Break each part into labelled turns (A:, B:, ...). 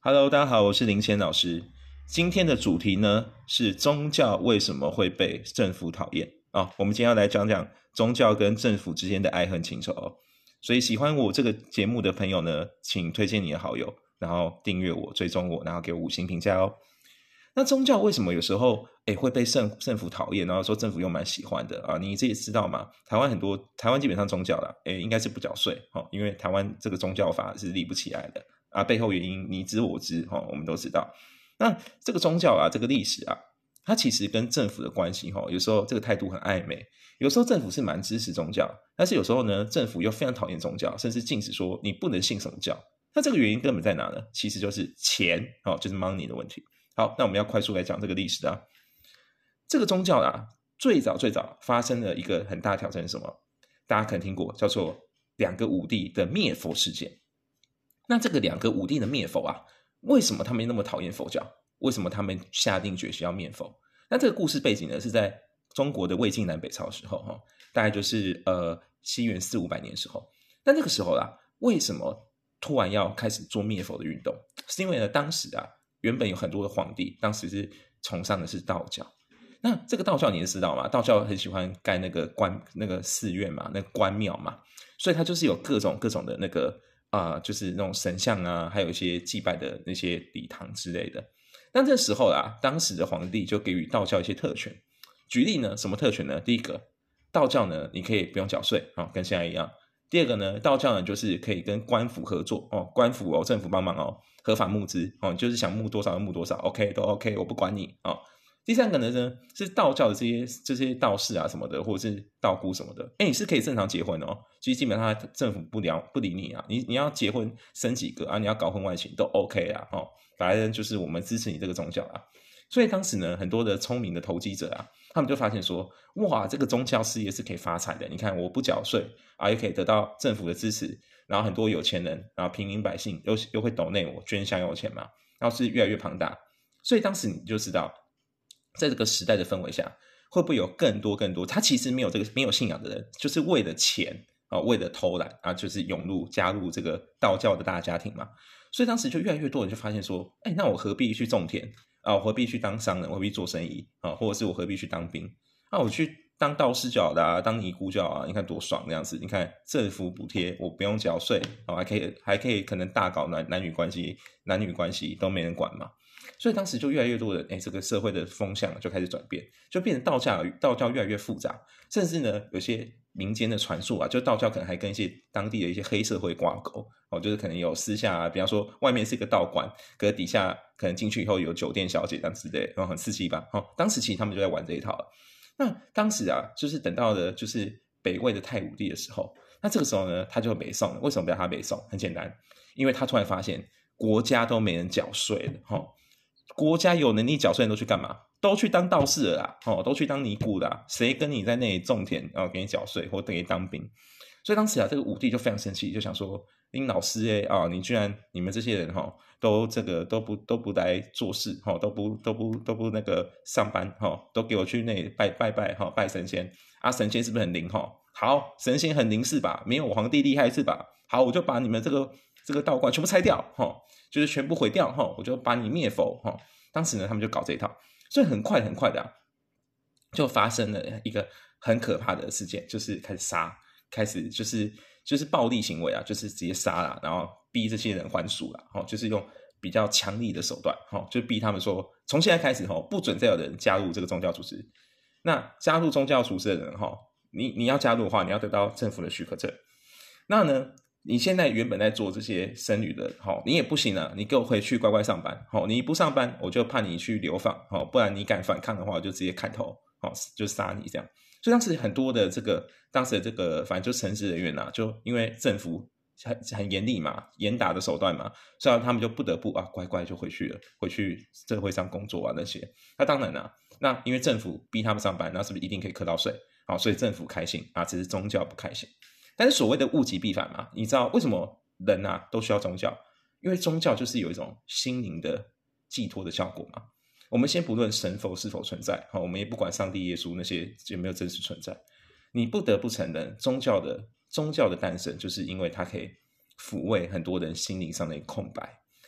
A: Hello，大家好，我是林谦老师。今天的主题呢是宗教为什么会被政府讨厌我们今天要来讲讲宗教跟政府之间的爱恨情仇所以喜欢我这个节目的朋友呢，请推荐你的好友，然后订阅我、追踪我，然后给我5星评价哦。那宗教为什么有时候会被政府讨厌，然后说政府又蛮喜欢的你自己知道吗？台湾基本上宗教啦应该是不缴税因为台湾这个宗教法是立不起来的背后原因你知我知我们都知道。那这个宗教这个历史它其实跟政府的关系有时候这个态度很暧昧，有时候政府是蛮支持宗教，但是有时候呢政府又非常讨厌宗教，甚至禁止说你不能信什么教。那这个原因根本在哪呢？其实就是钱就是 money 的问题。好，那我们要快速来讲这个历史这个宗教最早发生了一个很大的挑战是什么？大家可能听过，叫做2个武帝的灭佛事件。那这个2个武帝的灭佛为什么他们那么讨厌佛教？为什么他们下定决心要灭佛？那这个故事背景呢，是在中国的魏晋南北朝的时候大概就是西元400-500年的时候。但这个时候为什么突然要开始做灭佛的运动？是因为呢，当时原本有很多的皇帝，当时是崇尚的是道教。那这个道教你也知道嘛，道教很喜欢盖那个寺院嘛，那个官庙嘛，所以它就是有各种的那个就是那种神像还有一些祭拜的那些礼堂之类的。但这时候当时的皇帝就给予道教一些特权。举例呢，什么特权呢？第一个，道教呢你可以不用缴税跟现在一样。第二个呢，道教呢就是可以跟官府合作官府政府帮忙合法募资就是想募多少就募多少 OK 都 OK 我不管你第三个呢是道教的这些道士什么的，或者是道姑什么的你是可以正常结婚其实基本上政府不理你你要结婚生几个你要搞婚外情都 OK 反正就是我们支持你这个宗教所以当时呢，很多的聪明的投机者他们就发现说，哇，这个宗教事业是可以发财的。你看，我不缴税也可以得到政府的支持，然后很多有钱人，然后平民百姓又会抖内我捐香油钱嘛，然后是越来越庞大。所以当时你就知道，在这个时代的氛围下，会不会有更多他其实没有信仰的人，就是为了钱为了偷懒就是加入这个道教的大家庭嘛。所以当时就越来越多人就发现说，那我何必去种田我何必去当商人，我何必做生意或者是我何必去当兵我去当道士就好的当尼姑就好你看多爽这样子。你看政府补贴，我不用缴税还可以可能大搞男女关系都没人管嘛。所以当时就越来越多的这个社会的风向就开始转变，就变成道教越来越复杂，甚至呢有些民间的传说就道教可能还跟一些当地的一些黑社会挂钩就是可能有私下比方说外面是一个道馆，可是底下可能进去以后有酒店小姐这样之类的很刺激吧当时其实他们就在玩这一套了。那当时就是等到了就是北魏的太武帝的时候，那这个时候呢他就北宋了。为什么不要他北宋？很简单，因为他突然发现国家都没人缴税了国家有能力缴税人都去干嘛？都去当道士了都去当尼姑了谁跟你在那里种田给你缴税或给你当兵？所以当时这个武帝就非常生气，就想说林老师你居然你们这些人都不来做事都不那个上班都给我去那里拜神仙神仙是不是很灵好，神仙很灵是吧？没有我皇帝厉害是吧？好，我就把你们这个道观全部拆掉就是全部毁掉我就把你灭佛当时呢他们就搞这一套。所以很快的就发生了一个很可怕的事件，就是开始就是暴力行为就是直接杀了，然后逼这些人还俗了就是用比较强力的手段就逼他们说从现在开始不准再有人加入这个宗教组织。那加入宗教组织的人你要加入的话，你要得到政府的许可证。那呢你现在原本在做这些僧侣的你也不行你给我回去乖乖上班你不上班我就判你去流放不然你敢反抗的话我就直接砍头就杀你这样。所以当时很多的当时的这个反正就城市人员就因为政府很严厉嘛，严打的手段嘛，所以他们就不得不乖乖就回去社会上工作那些。那当然那因为政府逼他们上班，那是不是一定可以课到税所以政府开心只是宗教不开心。但是所谓的物极必反嘛，你知道为什么人都需要宗教？因为宗教就是有一种心灵的寄托的效果嘛。我们先不论神佛是否存在我们也不管上帝耶稣那些有没有真实存在，你不得不承认宗教的诞生就是因为它可以抚慰很多人心灵上的一个空白。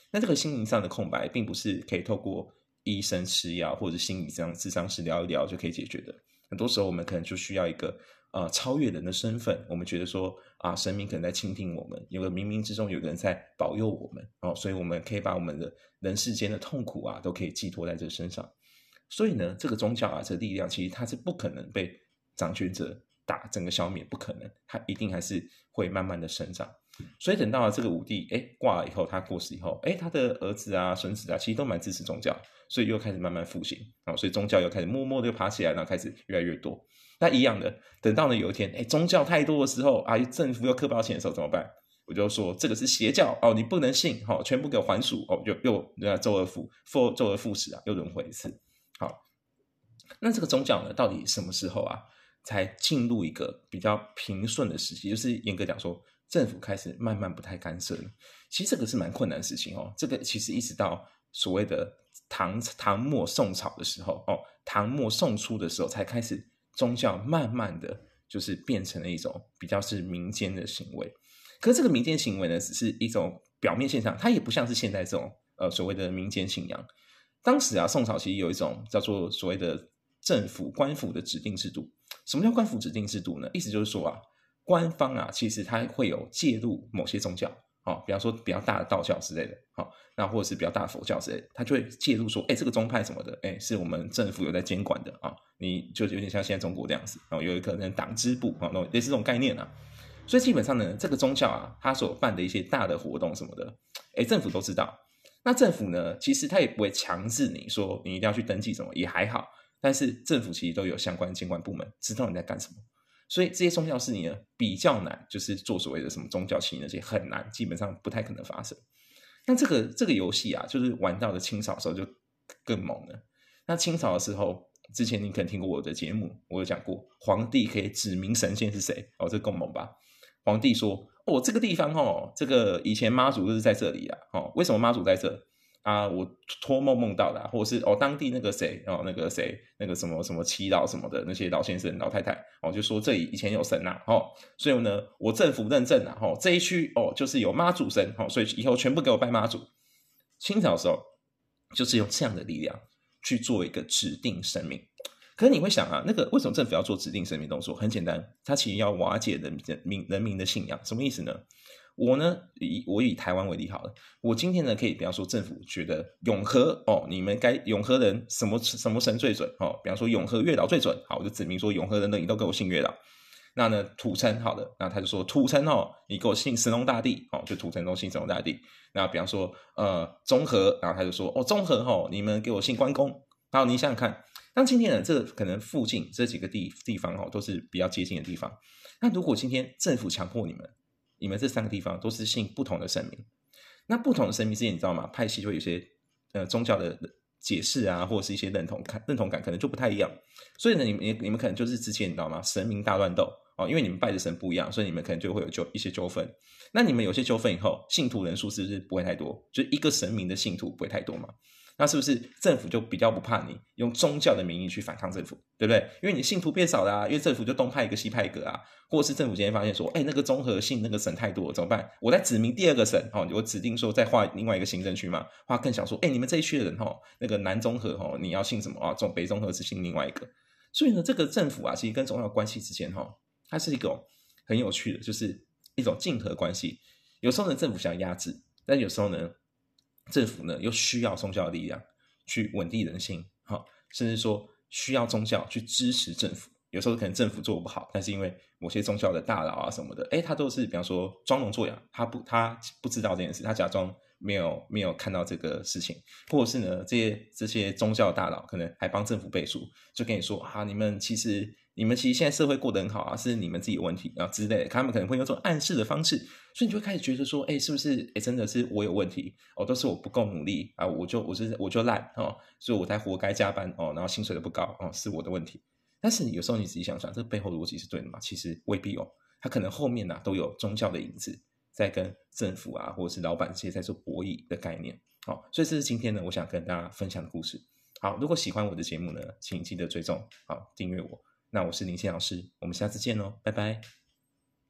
A: 那这个心灵上的空白并不是可以透过医生吃药或者心理上咨商师聊一聊就可以解决的，很多时候我们可能就需要一个超越人的身份，我们觉得说神明可能在倾听我们，有个冥冥之中有个人在保佑我们所以我们可以把我们的人世间的痛苦都可以寄托在这身上。所以呢，这个宗教这个力量其实它是不可能被掌权者整个消灭，不可能，它一定还是会慢慢的生长。所以等到这个武帝挂了以后，他过世以后他的儿子孙子其实都蛮支持宗教，所以又开始慢慢复兴所以宗教又开始默默的爬起来，然后开始越来越多。那一样的，等到呢有一天宗教太多的时候政府又苛包钱的时候怎么办？我就说这个是邪教你不能信全部给我还俗又周而复始又轮回一次。好，那这个宗教呢到底什么时候才进入一个比较平顺的时期，就是严格讲说政府开始慢慢不太干涉了。其实这个是蛮困难的事情这个其实一直到所谓的唐末宋朝的时候唐末宋初的时候才开始宗教慢慢的就是变成了一种比较是民间的行为。可是这个民间行为呢只是一种表面现象，它也不像是现在这种所谓的民间信仰。当时宋朝其实有一种叫做所谓的政府官府的指定制度。什么叫官府指定制度呢？意思就是说官方其实它会有介入某些宗教比方说比较大的道教之类的那或者是比较大的佛教之类的，它就会介入说这个宗派什么的是我们政府有在监管的你就有点像现在中国这样子有一个人党支部类似这种概念所以基本上呢这个宗教它所办的一些大的活动什么的政府都知道。那政府呢其实它也不会强制你说你一定要去登记什么，也还好，但是政府其实都有相关监管部门知道你在干什么。所以这些宗教事情呢比较难，就是做所谓的什么宗教起义那些很难，基本上不太可能发生。那这个游戏就是玩到了清朝的时候就更猛了。那清朝的时候，之前你可能听过我的节目，我有讲过皇帝可以指明神仙是谁这更猛吧。皇帝说这个地方这个以前妈祖就是在这里为什么妈祖在这我托梦到的或者是当地那个谁那个谁那个什么什么祈祷什么的那些老先生老太太就说这里以前有神所以呢我政府认证这一区就是有妈祖神所以以后全部给我拜妈祖。清朝的时候就是用这样的力量去做一个指定神明。可是你会想那个为什么政府要做指定神明动作？很简单，它其实要瓦解人民的信仰。什么意思呢？我以台湾为例好了，我今天呢可以比方说政府觉得永和你们该永和人什么神最准比方说永和月老最准，好，我就指明说永和人的你都给我信月老。那呢土城好的，那他就说土城你给我信神农大帝就土城都信神农大帝。那比方说中和，然后他就说中和你们给我信关公。好，你想想看，当今天呢这可能附近这几个地方都是比较接近的地方，那如果今天政府强迫你们这三个地方都是信不同的神明，那不同的神明之间你知道吗？派系就会有些宗教的解释或者是一些认同感可能就不太一样。所以呢你们可能就是之前你知道吗神明大乱斗因为你们拜的神不一样，所以你们可能就会有一些纠纷。那你们有些纠纷以后，信徒人数是不是不会太多？就一个神明的信徒不会太多嘛？那是不是政府就比较不怕你用宗教的名义去反抗政府，对不对？因为你信徒变少了因为政府就东派一个西派一个或者是政府今天发现说那个综合信那个神太多了怎么办？我再指明第二个神我指定说再划另外一个行政区嘛，划更想说你们这一区的人那个南综合你要信什么北综合是信另外一个。所以呢这个政府其实跟宗教关系之间它是一种很有趣的，就是一种竞合关系。有时候呢政府想压制，但有时候呢政府呢又需要宗教的力量去稳定人心甚至说需要宗教去支持政府。有时候可能政府做不好，但是因为某些宗教的大佬什么的他都是比方说装聋作哑，他不知道这件事，他假装没有看到这个事情，或者是呢这些宗教大佬可能还帮政府背书，就跟你说你们其实现在社会过得很好是你们自己有问题之类的，他们可能会用这种暗示的方式，所以你就会开始觉得说是不是真的是我有问题都是我不够努力我就烂所以我才活该加班然后薪水都不高是我的问题。但是有时候你仔细想想，这个背后逻辑是对的吗？其实未必他可能后面都有宗教的影子在跟政府或者是老板这些在做博弈的概念所以这是今天呢我想跟大家分享的故事。好，如果喜欢我的节目呢，请记得追踪订阅我。那我是林谦老师，我们下次见拜拜。